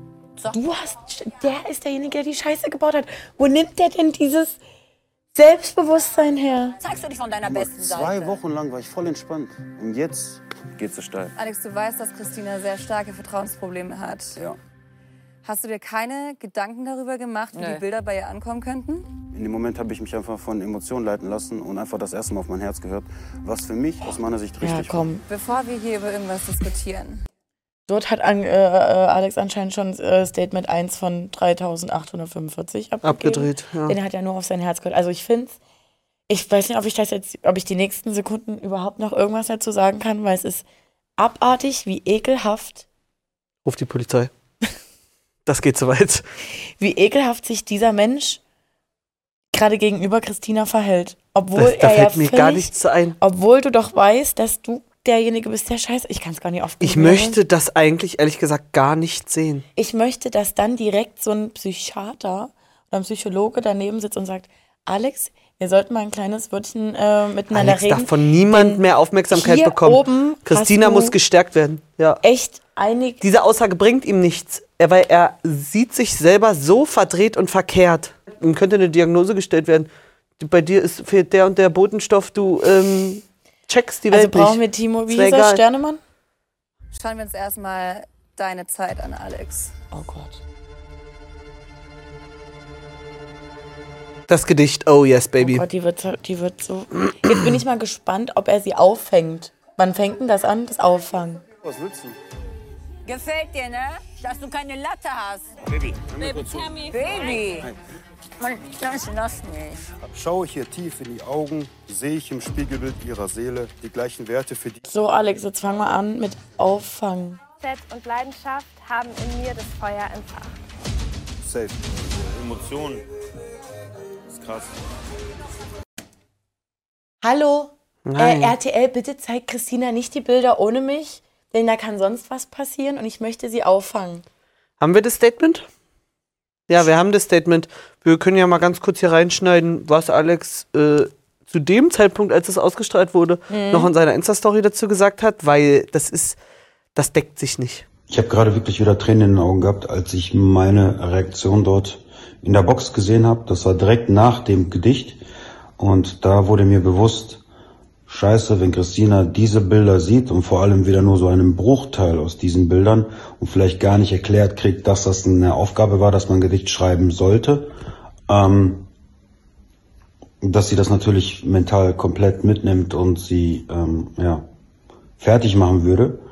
Der ist derjenige, der die Scheiße gebaut hat. Wo nimmt der denn dieses Selbstbewusstsein her? Zeigst du dich von deiner besten Seite? 2 Wochen lang war ich voll entspannt. Und jetzt geht's so steil. Alex, du weißt, dass Christina sehr starke Vertrauensprobleme hat. Ja. Hast du dir keine Gedanken darüber gemacht, wie die Bilder bei ihr ankommen könnten? In dem Moment habe ich mich einfach von Emotionen leiten lassen und einfach das erste Mal auf mein Herz gehört, was für mich aus meiner Sicht richtig war. Bevor wir hier über irgendwas diskutieren. Dort hat Alex anscheinend schon Statement 1 von 3.845 abgedreht. Ja. Den hat er nur auf sein Herz gehört. Also ich finde, ich weiß nicht, ob ich die nächsten Sekunden überhaupt noch irgendwas dazu sagen kann, weil es ist abartig, wie ekelhaft. Ruf die Polizei. Das geht zu weit. Wie ekelhaft sich dieser Mensch gerade gegenüber Christina verhält. Obwohl Da fällt mir gar nichts ein. Obwohl du doch weißt, dass du derjenige bist, der scheiße. Ich kann es gar nicht oft Ich möchte das eigentlich, ehrlich gesagt, gar nicht sehen. Ich möchte, dass dann direkt so ein Psychiater oder ein Psychologe daneben sitzt und sagt, Alex, wir sollten mal ein kleines Wörtchen miteinander Alex reden. darf von niemand mehr Aufmerksamkeit hier bekommen. Oben Christina muss gestärkt werden. Ja. Echt einig. Diese Aussage bringt ihm nichts, weil er sieht sich selber so verdreht und verkehrt. Ihm könnte eine Diagnose gestellt werden. Bei dir fehlt der und der Botenstoff, du checkst die Welt nicht. Also brauchen wir Timo Wieser, Sternemann? Schauen wir uns erstmal deine Zeit an, Alex. Oh Gott. Das Gedicht, oh yes, baby. Oh Gott, die wird so... Jetzt bin ich mal gespannt, ob er sie auffängt. Wann fängt denn das an, das Auffangen? Was willst du? Gefällt dir, ne? Dass du keine Latte hast. Baby, Baby. Lass mich. Schaue ich ihr tief in die Augen, sehe ich im Spiegelbild ihrer Seele die gleichen Werte für die... So, Alex, jetzt fangen wir an mit Auffangen. Und Leidenschaft haben in mir das Feuer entfacht. Safe. Emotionen. Das ist krass. Hallo? Nein. RTL, bitte zeigt Christina nicht die Bilder ohne mich, denn da kann sonst was passieren und ich möchte sie auffangen. Haben wir das Statement? Ja, wir haben das Statement. Wir können ja mal ganz kurz hier reinschneiden, was Alex zu dem Zeitpunkt, als es ausgestrahlt wurde, noch in seiner Insta-Story dazu gesagt hat, weil das deckt sich nicht. Ich habe gerade wirklich wieder Tränen in den Augen gehabt, als ich meine Reaktion dort in der Box gesehen habe. Das war direkt nach dem Gedicht. Und da wurde mir bewusst, scheiße, wenn Christina diese Bilder sieht und vor allem wieder nur so einen Bruchteil aus diesen Bildern und vielleicht gar nicht erklärt kriegt, dass das eine Aufgabe war, dass man ein Gedicht schreiben sollte, dass sie das natürlich mental komplett mitnimmt und sie fertig machen würde.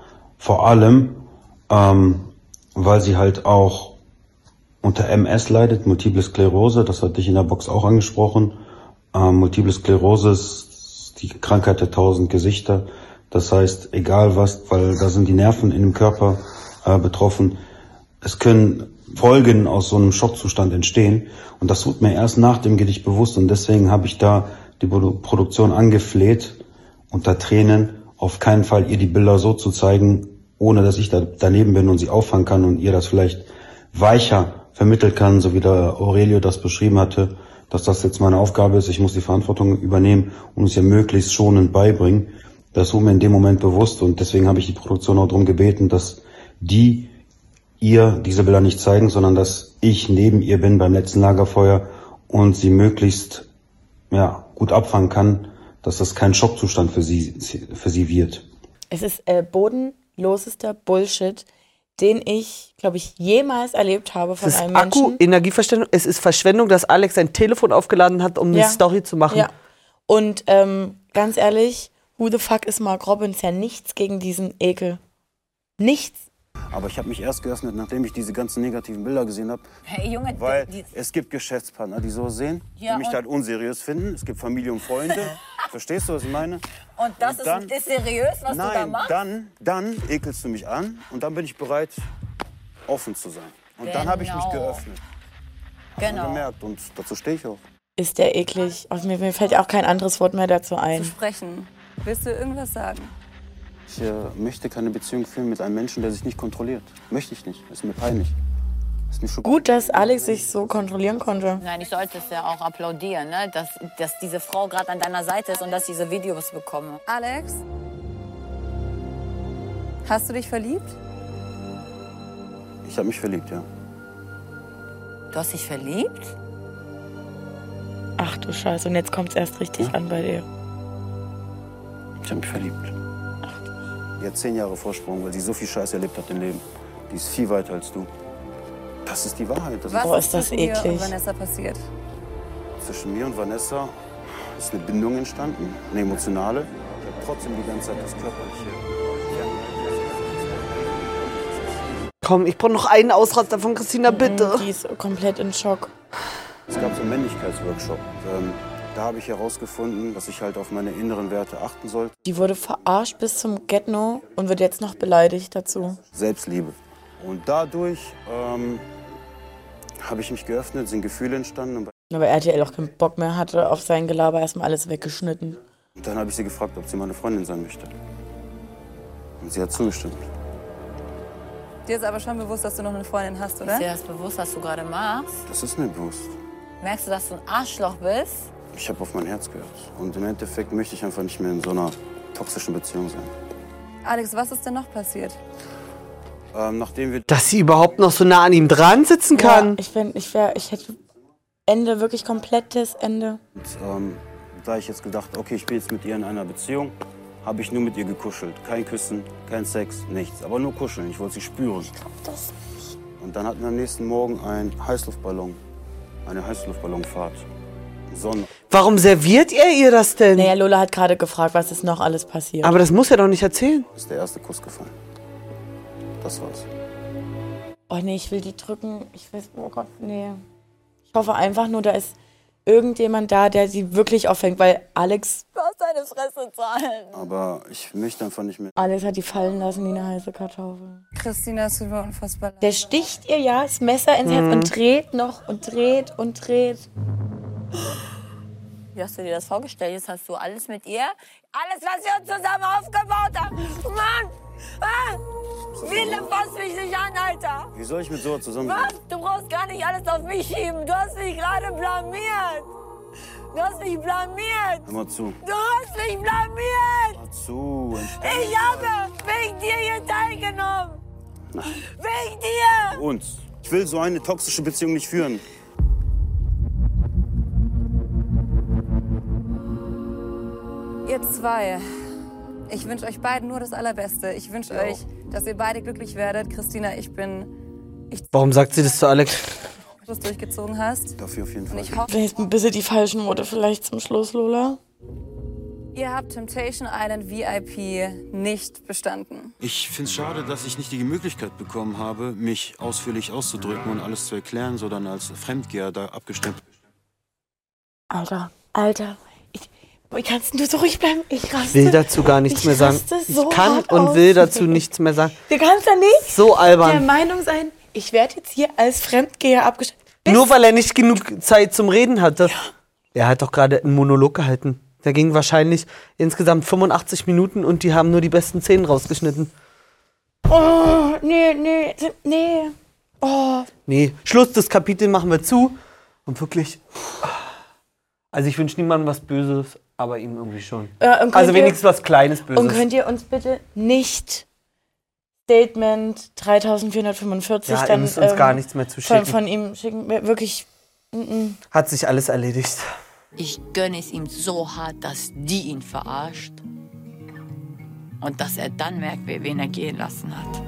Vor allem, weil sie halt auch unter MS leidet, Multiple Sklerose, das hatte ich in der Box auch angesprochen. Multiple Sklerose ist die Krankheit der 1000 Gesichter. Das heißt, egal was, weil da sind die Nerven in dem Körper betroffen. Es können Folgen aus so einem Schockzustand entstehen. Und das wird mir erst nach dem Gedicht bewusst. Und deswegen habe ich da die Produktion angefleht, unter Tränen, auf keinen Fall ihr die Bilder so zu zeigen, ohne dass ich da daneben bin und sie auffangen kann und ihr das vielleicht weicher vermitteln kann, so wie der Aurelio das beschrieben hatte, dass das jetzt meine Aufgabe ist. Ich muss die Verantwortung übernehmen und es ihr möglichst schonend beibringen. Das wurde mir in dem Moment bewusst und deswegen habe ich die Produktion auch darum gebeten, dass die ihr diese Bilder nicht zeigen, sondern dass ich neben ihr bin beim letzten Lagerfeuer und sie möglichst gut abfangen kann, dass das kein Schockzustand für sie wird. Es ist bodenlosester Bullshit, den ich, glaube ich, jemals erlebt habe von einem Menschen. Energieverschwendung. Es ist Verschwendung, dass Alex sein Telefon aufgeladen hat, um eine Story zu machen. Ja. Und ganz ehrlich, who the fuck ist Mark Robbins? Ja, nichts gegen diesen Ekel. Nichts. Aber ich habe mich erst geöffnet, nachdem ich diese ganzen negativen Bilder gesehen habe. Hey, Junge, weil es gibt Geschäftspartner, die so sehen, die mich halt unseriös finden. Es gibt Familie und Freunde. Verstehst du, was ich meine? Und das ist seriös, was du da machst? Dann ekelst du mich an und dann bin ich bereit, offen zu sein. Und dann habe ich mich geöffnet. Genau. Gemerkt und dazu stehe ich auch. Ist der eklig. Mir fällt auch kein anderes Wort mehr dazu ein. Zu sprechen. Willst du irgendwas sagen? Ich möchte keine Beziehung führen mit einem Menschen, der sich nicht kontrolliert. Möchte ich nicht. Ist mir peinlich. Ist mir schon gut, dass Alex sich so kontrollieren konnte. Nein, ich sollte es ja auch applaudieren, ne? dass diese Frau gerade an deiner Seite ist und dass ich diese Videos bekomme. Alex, hast du dich verliebt? Ich habe mich verliebt, ja. Du hast dich verliebt? Ach du Scheiße, und jetzt kommt es erst richtig an bei dir. Ich habe mich verliebt. Die hat 10 Jahre Vorsprung, weil sie so viel Scheiß erlebt hat im Leben. Die ist viel weiter als du. Das ist die Wahrheit. Was ist das zwischen dir und Vanessa passiert? Zwischen mir und Vanessa ist eine Bindung entstanden, eine emotionale. Ich habe trotzdem die ganze Zeit das Körperliche. Komm, ich brauche noch einen Ausraster von Christina, bitte. Die ist komplett in Schock. Es gab so einen Männlichkeitsworkshop. Da habe ich herausgefunden, dass ich halt auf meine inneren Werte achten sollte. Die wurde verarscht bis zum Get-No und wird jetzt noch beleidigt dazu. Selbstliebe. Und dadurch habe ich mich geöffnet, sind Gefühle entstanden. Aber RTL auch keinen Bock mehr hatte auf sein Gelaber, erstmal alles weggeschnitten. Und dann habe ich sie gefragt, ob sie meine Freundin sein möchte. Und sie hat zugestimmt. Dir ist aber schon bewusst, dass du noch eine Freundin hast, oder? Ist dir das bewusst, was du gerade machst? Das ist mir bewusst. Merkst du, dass du ein Arschloch bist? Ich habe auf mein Herz gehört. Und im Endeffekt möchte ich einfach nicht mehr in so einer toxischen Beziehung sein. Alex, was ist denn noch passiert? Nachdem wir... Dass sie überhaupt noch so nah an ihm dran sitzen kann. Ja, ich hätte Ende, wirklich komplettes Ende. Und, da ich jetzt gedacht, okay, ich bin jetzt mit ihr in einer Beziehung, habe ich nur mit ihr gekuschelt. Kein Küssen, kein Sex, nichts. Aber nur kuscheln. Ich wollte sie spüren. Ich glaub das nicht. Und dann hatten wir am nächsten Morgen einen Heißluftballon. Eine Heißluftballonfahrt. Sonne. Warum serviert ihr das denn? Naja, Lola hat gerade gefragt, was ist noch alles passiert. Aber das muss er doch nicht erzählen. Ist der erste Kuss gefallen. Das war's. Oh nee, ich will die drücken. Ich weiß, oh Gott, nee. Ich hoffe einfach nur, da ist irgendjemand da, der sie wirklich auffängt, weil Alex... Du hast deine Fresse zu halten. Aber ich möchte einfach nicht mehr... Alex hat die fallen lassen wie eine heiße Kartoffel. Christina, es tut mir unfassbar leid. Der sticht ihr ja das Messer ins Herz und dreht noch und dreht und dreht. Wie hast du dir das vorgestellt? Jetzt hast du alles mit ihr? Alles, was wir uns zusammen aufgebaut haben. Mann! Ah! Wie fasst mich nicht an, Alter? Wie soll ich mit sowas zusammen sein? Was? Du brauchst gar nicht alles auf mich schieben. Du hast mich gerade blamiert. Du hast mich blamiert. Hör mal zu. Du hast mich blamiert. Hör zu. Ich habe wegen dir hier teilgenommen. Nein. Wegen dir. Uns. Ich will so eine toxische Beziehung nicht führen. Ihr zwei, ich wünsche euch beiden nur das Allerbeste. Ich wünsche euch, dass ihr beide glücklich werdet. Christina, Warum sagt sie das zu Alex? Du es durchgezogen hast. Dafür auf jeden Fall. Jetzt ein bisschen die falschen Worte vielleicht zum Schluss, Lola. Ihr habt Temptation Island VIP nicht bestanden. Ich finde es schade, dass ich nicht die Möglichkeit bekommen habe, mich ausführlich auszudrücken und alles zu erklären, sondern als Fremdgeher da abgestempelt. Alter. Wie kannst du so ruhig bleiben? Ich raste. Will dazu gar nichts mehr sagen. So ich kann und will dazu nichts mehr sagen. Du kannst ja nicht so albern der Meinung sein, ich werde jetzt hier als Fremdgeher abgestempelt. Nur weil er nicht genug Zeit zum Reden hatte. Ja. Er hat doch gerade einen Monolog gehalten. Der ging wahrscheinlich insgesamt 85 Minuten und die haben nur die besten Szenen rausgeschnitten. Oh, nee. Oh. Nee, Schluss, das Kapitel machen wir zu. Und wirklich, also ich wünsche niemandem was Böses, aber ihm irgendwie schon. Also wenigstens was Kleines Böses. Und könnt ihr uns bitte nicht Statement 3445 ja, dann ihr müsst uns gar nichts mehr zuschicken. Von ihm schicken? Wirklich. Hat sich alles erledigt. Ich gönne es ihm so hart, dass die ihn verarscht. Und dass er dann merkt, wen er gehen lassen hat.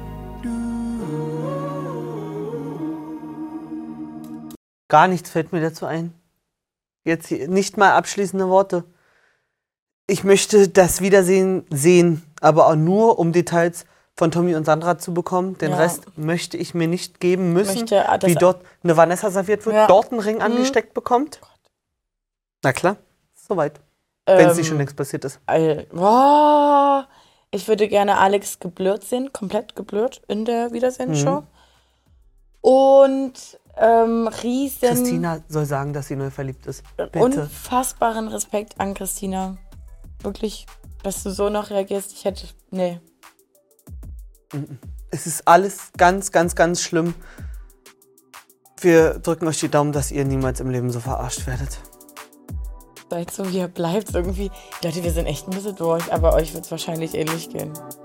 Gar nichts fällt mir dazu ein. Jetzt hier nicht mal abschließende Worte. Ich möchte das Wiedersehen sehen, aber auch nur, um Details von Tommy und Sandra zu bekommen. Den Rest möchte ich mir nicht geben müssen, wie dort eine Vanessa serviert wird, dort einen Ring angesteckt bekommt. Na klar, soweit. Wenn es nicht schon längst passiert ist. Ich würde gerne Alex geblurrt sehen, komplett geblurrt in der Wiedersehen-Show. Und Christina soll sagen, dass sie neu verliebt ist. Bitte. Unfassbaren Respekt an Christina. Wirklich, dass du so noch reagierst. Nee. Es ist alles ganz, ganz, ganz schlimm. Wir drücken euch die Daumen, dass ihr niemals im Leben so verarscht werdet. Seid so, wie ihr bleibt irgendwie. Leute, wir sind echt ein bisschen durch, aber euch wird es wahrscheinlich ähnlich gehen.